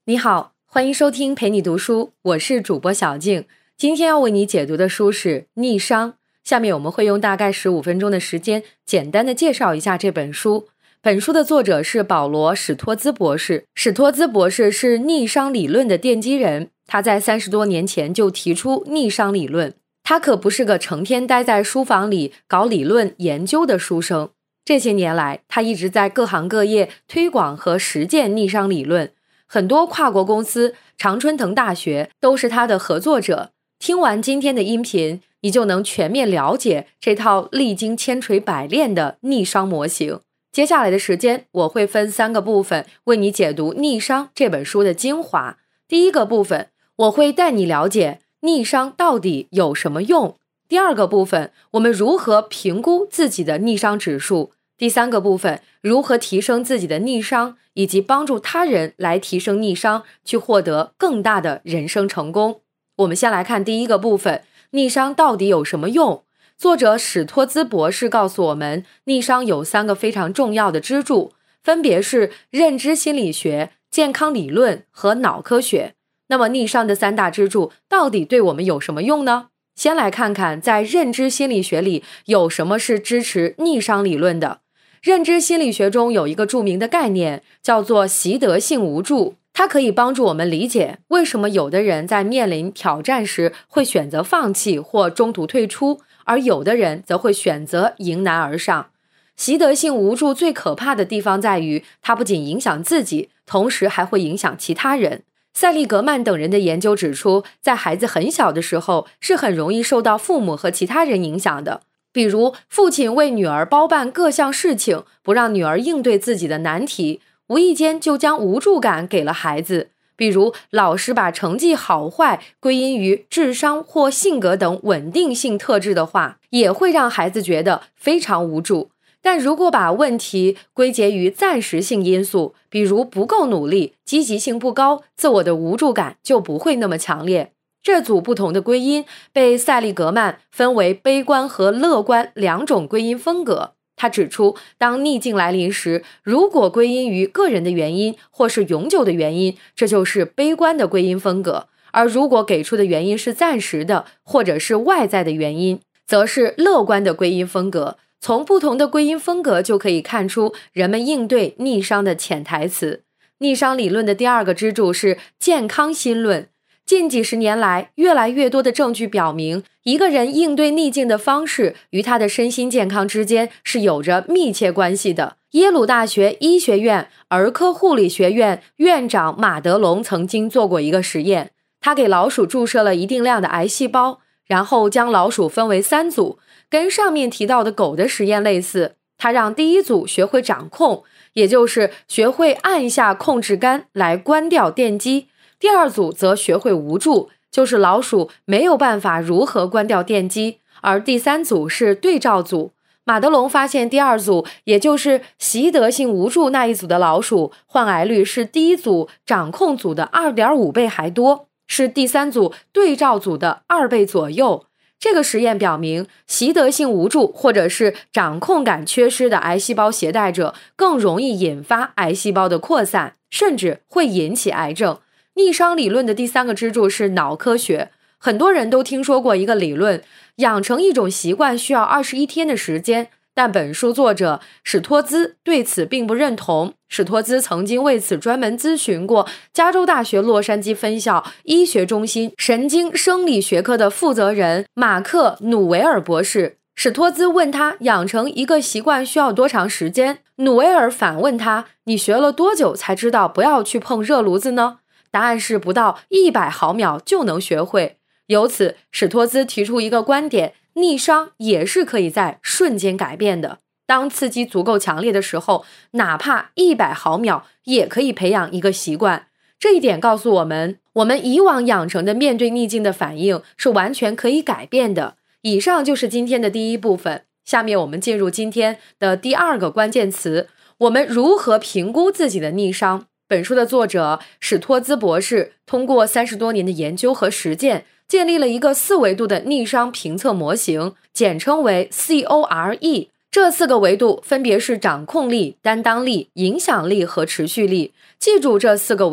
你好，欢迎收听陪你读书，我是主播小静。今天要为你解读的书是《逆商》，下面我们会用大概15分钟的时间简单的介绍一下这本书。本书的作者是保罗·史托兹博士。史托兹博士是逆商理论的奠基人，他在30多年前就提出逆商理论。他可不是个成天待在书房里搞理论研究的书生。这些年来，他一直在各行各业推广和实践逆商理论。很多跨国公司、常春藤大学都是他的合作者。听完今天的音频，你就能全面了解这套历经千锤百炼的逆商模型。接下来的时间，我会分3个部分为你解读《逆商》这本书的精华。第一个部分，我会带你了解逆商到底有什么用。第二个部分，我们如何评估自己的逆商指数。第3个部分，如何提升自己的逆商，以及帮助他人来提升逆商，去获得更大的人生成功。我们先来看第一个部分，逆商到底有什么用？作者史托兹博士告诉我们，逆商有3个非常重要的支柱，分别是认知心理学、健康理论和脑科学。那么逆商的3大支柱到底对我们有什么用呢？先来看看在认知心理学里有什么是支持逆商理论的。认知心理学中有一个著名的概念，叫做习得性无助。它可以帮助我们理解为什么有的人在面临挑战时会选择放弃或中途退出，而有的人则会选择迎难而上。习得性无助最可怕的地方在于，它不仅影响自己，同时还会影响其他人。塞利格曼等人的研究指出，在孩子很小的时候，是很容易受到父母和其他人影响的。比如，父亲为女儿包办各项事情，不让女儿应对自己的难题，无意间就将无助感给了孩子。比如，老师把成绩好坏归因于智商或性格等稳定性特质的话，也会让孩子觉得非常无助。但如果把问题归结于暂时性因素，比如不够努力、积极性不高，自我的无助感就不会那么强烈。这组不同的归因被塞利格曼分为悲观和乐观2种归因风格。他指出，当逆境来临时，如果归因于个人的原因或是永久的原因，这就是悲观的归因风格；而如果给出的原因是暂时的或者是外在的原因，则是乐观的归因风格。从不同的归因风格就可以看出人们应对逆商的潜台词。逆商理论的第2个支柱是健康心论。近几十年来，越来越多的证据表明，一个人应对逆境的方式与他的身心健康之间是有着密切关系的。耶鲁大学医学院儿科护理学院院长马德龙曾经做过一个实验，他给老鼠注射了一定量的癌细胞，然后将老鼠分为3组，跟上面提到的狗的实验类似。他让第1组学会掌控，也就是学会按下控制杆来关掉电机。第2组则学会无助，就是老鼠没有办法如何关掉电机，而第3组是对照组。马德龙发现第2组，也就是习得性无助那一组的老鼠，患癌率是第1组掌控组的 2.5 倍还多，是第3组对照组的2倍左右。这个实验表明，习得性无助或者是掌控感缺失的癌细胞携带者更容易引发癌细胞的扩散，甚至会引起癌症。逆商理论的第3个支柱是脑科学。很多人都听说过一个理论，养成一种习惯需要21天的时间，但本书作者史托兹对此并不认同。史托兹曾经为此专门咨询过加州大学洛杉矶分校医学中心神经生理学科的负责人马克·努维尔博士。史托兹问他养成一个习惯需要多长时间，努维尔反问他，你学了多久才知道不要去碰热炉子呢？答案是不到100毫秒就能学会。由此，史托兹提出一个观点，逆商也是可以在瞬间改变的。当刺激足够强烈的时候，哪怕100毫秒也可以培养一个习惯。这一点告诉我们，我们以往养成的面对逆境的反应是完全可以改变的。以上就是今天的第1部分，下面我们进入今天的第2个关键词，我们如何评估自己的逆商。本书的作者史托兹博士通过30多年的研究和实践，建立了一个4维度的逆商评测模型，简称为 CORE。这4个维度分别是掌控力、担当力、影响力和持续力。记住这4个维度，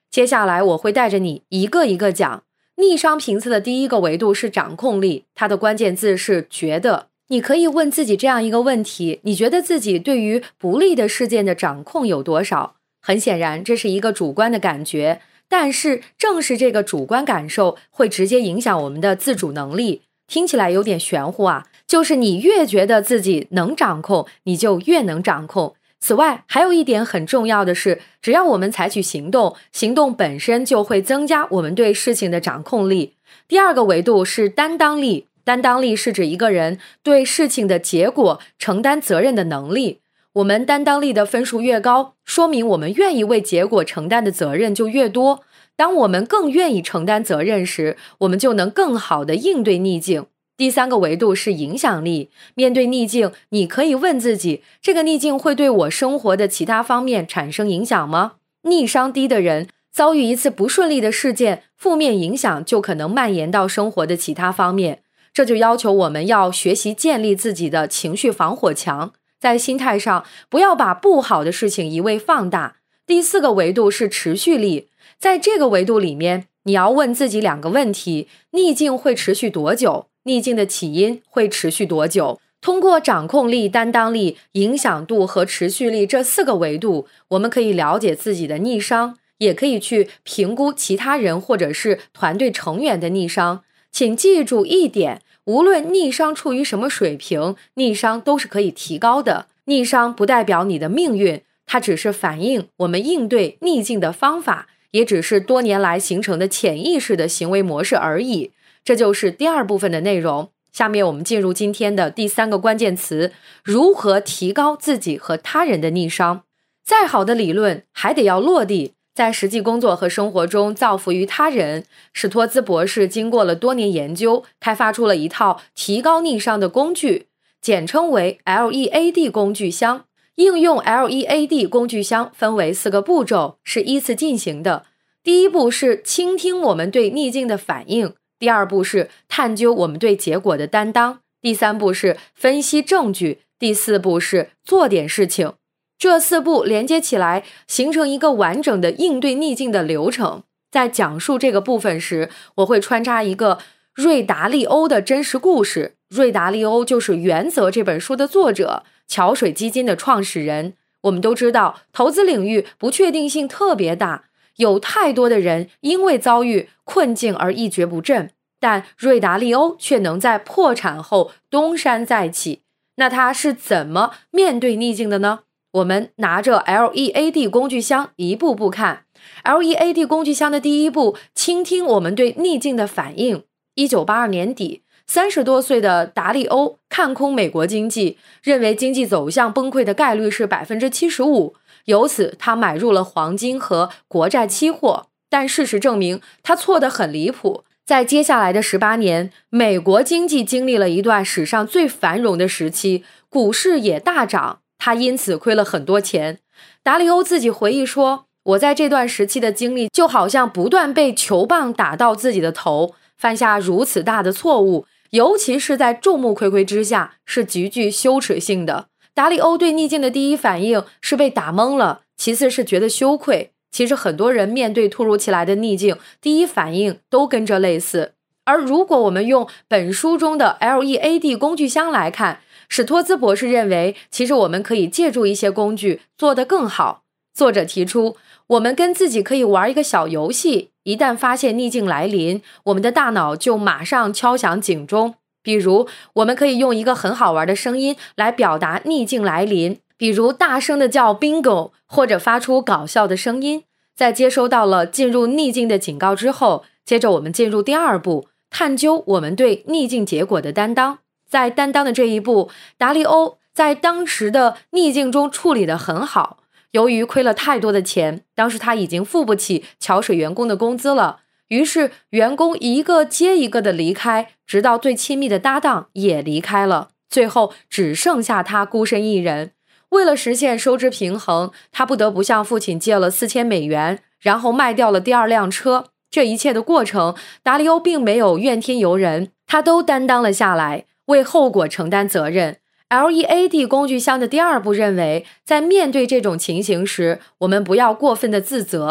接下来我会带着你一个一个讲。逆商评测的第一个维度是掌控力，它的关键字是觉得。你可以问自己这样一个问题，你觉得自己对于不利的事件的掌控有多少？很显然，这是一个主观的感觉，但是正是这个主观感受会直接影响我们的自主能力。听起来有点玄乎啊，就是你越觉得自己能掌控，你就越能掌控。此外，还有一点很重要的是，只要我们采取行动，行动本身就会增加我们对事情的掌控力。第二个维度是担当力，担当力是指一个人对事情的结果承担责任的能力。我们担当力的分数越高，说明我们愿意为结果承担的责任就越多。当我们更愿意承担责任时，我们就能更好地应对逆境。第三个维度是影响力，面对逆境，你可以问自己，这个逆境会对我生活的其他方面产生影响吗？逆商低的人遭遇一次不顺利的事件，负面影响就可能蔓延到生活的其他方面。这就要求我们要学习建立自己的情绪防火墙，在心态上不要把不好的事情一味放大。第四个维度是持续力，在这个维度里面，你要问自己两个问题：逆境会持续多久？逆境的起因会持续多久？通过掌控力、担当力、影响度和持续力这4个维度，我们可以了解自己的逆商，也可以去评估其他人或者是团队成员的逆商。请记住一点，无论逆商处于什么水平，逆商都是可以提高的。逆商不代表你的命运，它只是反映我们应对逆境的方法，也只是多年来形成的潜意识的行为模式而已。这就是第2部分的内容。下面我们进入今天的第3个关键词，如何提高自己和他人的逆商。再好的理论还得要落地，在实际工作和生活中造福于他人。史托兹博士经过了多年研究，开发出了一套提高逆商的工具，简称为 LEAD 工具箱。应用 LEAD 工具箱分为4个步骤，是依次进行的。第一步是倾听我们对逆境的反应，第2步是探究我们对结果的担当，第3步是分析证据，第4步是做点事情。这4步连接起来，形成一个完整的应对逆境的流程。在讲述这个部分时，我会穿插一个瑞达利欧的真实故事。瑞达利欧就是《原则》这本书的作者，桥水基金的创始人。我们都知道，投资领域不确定性特别大，有太多的人因为遭遇困境而一蹶不振，但瑞达利欧却能在破产后东山再起。那他是怎么面对逆境的呢？我们拿着 LEAD 工具箱一步步看。LEAD 工具箱的第1步，倾听我们对逆境的反应。1982年底，30多岁的达利欧看空美国经济，认为经济走向崩溃的概率是 75%， 由此他买入了黄金和国债期货。但事实证明，他错得很离谱。在接下来的18年，美国经济经历了一段史上最繁荣的时期，股市也大涨，他因此亏了很多钱。达利欧自己回忆说，我在这段时期的经历就好像不断被球棒打到自己的头，犯下如此大的错误，尤其是在众目睽睽之下，是极具羞耻性的。达利欧对逆境的第一反应是被打懵了，其次是觉得羞愧。其实很多人面对突如其来的逆境，第一反应都跟着类似。而如果我们用本书中的 LEAD 工具箱来看，史托兹博士认为，其实我们可以借助一些工具做得更好。作者提出，我们跟自己可以玩一个小游戏，一旦发现逆境来临，我们的大脑就马上敲响警钟。比如，我们可以用一个很好玩的声音来表达逆境来临，比如大声的叫 bingo， 或者发出搞笑的声音。在接收到了进入逆境的警告之后，接着我们进入第2步，探究我们对逆境结果的担当。在担当的这一步，达利欧在当时的逆境中处理得很好。由于亏了太多的钱，当时他已经付不起桥水员工的工资了，于是员工一个接一个的离开，直到最亲密的搭档也离开了，最后只剩下他孤身一人。为了实现收支平衡，他不得不向父亲借了$4000，然后卖掉了第2辆车。这一切的过程，达利欧并没有怨天尤人，他都担当了下来，为后果承担责任。LEAD 工具箱的第2步认为，在面对这种情形时，我们不要过分的自责，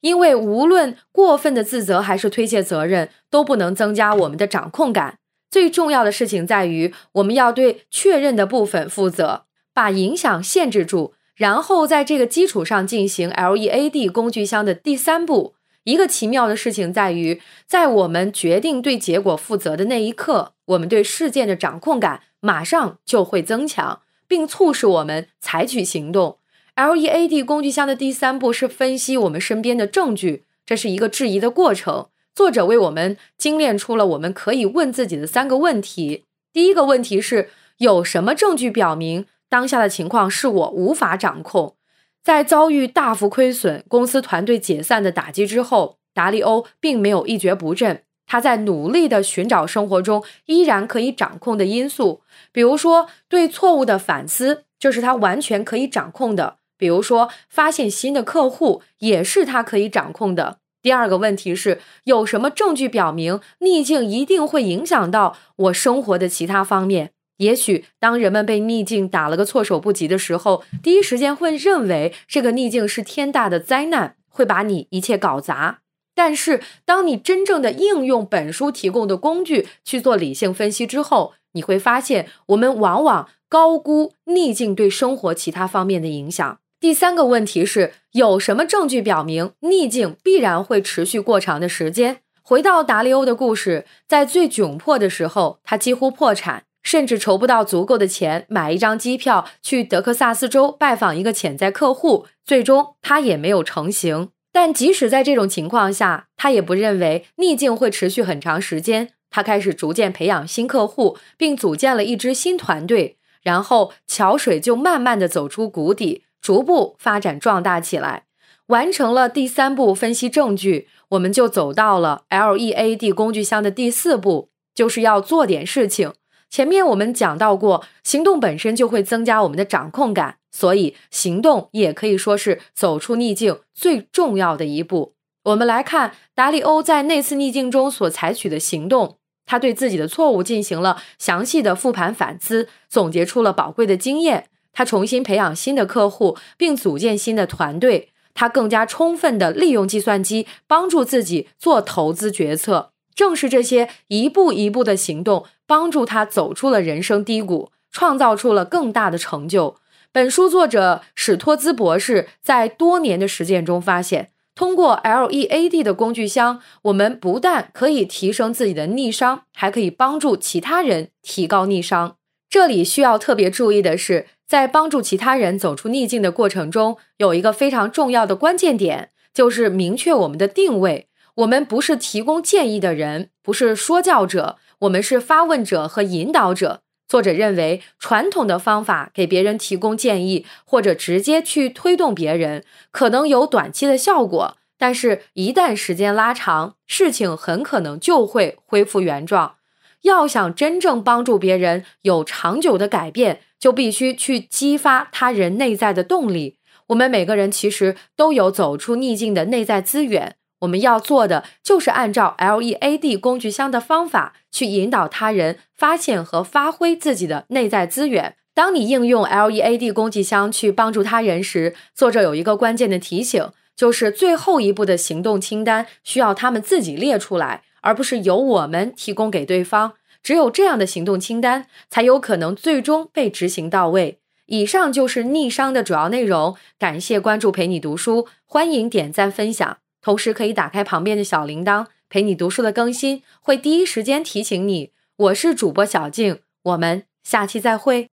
因为无论过分的自责还是推卸责任，都不能增加我们的掌控感。最重要的事情在于，我们要对确认的部分负责，把影响限制住，然后在这个基础上进行 LEAD 工具箱的第3步。一个奇妙的事情在于，在我们决定对结果负责的那一刻，我们对事件的掌控感马上就会增强，并促使我们采取行动。LEAD 工具箱的第3步是分析我们身边的证据，这是一个质疑的过程。作者为我们精炼出了我们可以问自己的3个问题。第一个问题是，有什么证据表明当下的情况是我无法掌控？在遭遇大幅亏损、公司团队解散的打击之后，达利欧并没有一蹶不振，他在努力地寻找生活中依然可以掌控的因素，比如说对错误的反思，这是他完全可以掌控的，比如说发现新的客户，也是他可以掌控的。第二个问题是，有什么证据表明逆境一定会影响到我生活的其他方面？也许当人们被逆境打了个措手不及的时候，第一时间会认为这个逆境是天大的灾难，会把你一切搞砸。但是当你真正的应用本书提供的工具去做理性分析之后，你会发现我们往往高估逆境对生活其他方面的影响。第3个问题是，有什么证据表明逆境必然会持续过长的时间？回到达利欧的故事，在最窘迫的时候，他几乎破产，甚至筹不到足够的钱买一张机票去德克萨斯州拜访一个潜在客户，最终他也没有成行。但即使在这种情况下，他也不认为逆境会持续很长时间。他开始逐渐培养新客户，并组建了一支新团队，然后桥水就慢慢地走出谷底，逐步发展壮大起来。完成了第3步分析证据，我们就走到了 LEAD 工具箱的第4步，就是要做点事情。前面我们讲到过，行动本身就会增加我们的掌控感，所以行动也可以说是走出逆境最重要的一步。我们来看达利欧在那次逆境中所采取的行动，他对自己的错误进行了详细的复盘反思，总结出了宝贵的经验。他重新培养新的客户，并组建新的团队。他更加充分地利用计算机，帮助自己做投资决策。正是这些一步一步的行动，帮助他走出了人生低谷，创造出了更大的成就。本书作者史托兹博士在多年的实践中发现，通过 LEAD 的工具箱，我们不但可以提升自己的逆商，还可以帮助其他人提高逆商。这里需要特别注意的是，在帮助其他人走出逆境的过程中，有一个非常重要的关键点，就是明确我们的定位。我们不是提供建议的人，不是说教者，我们是发问者和引导者。作者认为，传统的方法给别人提供建议，或者直接去推动别人，可能有短期的效果，但是一旦时间拉长，事情很可能就会恢复原状。要想真正帮助别人有长久的改变，就必须去激发他人内在的动力。我们每个人其实都有走出逆境的内在资源，我们要做的就是按照 LEAD 工具箱的方法去引导他人发现和发挥自己的内在资源。当你应用 LEAD 工具箱去帮助他人时，作者有一个关键的提醒，就是最后一步的行动清单需要他们自己列出来，而不是由我们提供给对方。只有这样的行动清单，才有可能最终被执行到位。以上就是逆商的主要内容，感谢关注陪你读书，欢迎点赞分享，同时可以打开旁边的小铃铛，陪你读书的更新会第一时间提醒你。我是主播小静，我们下期再会。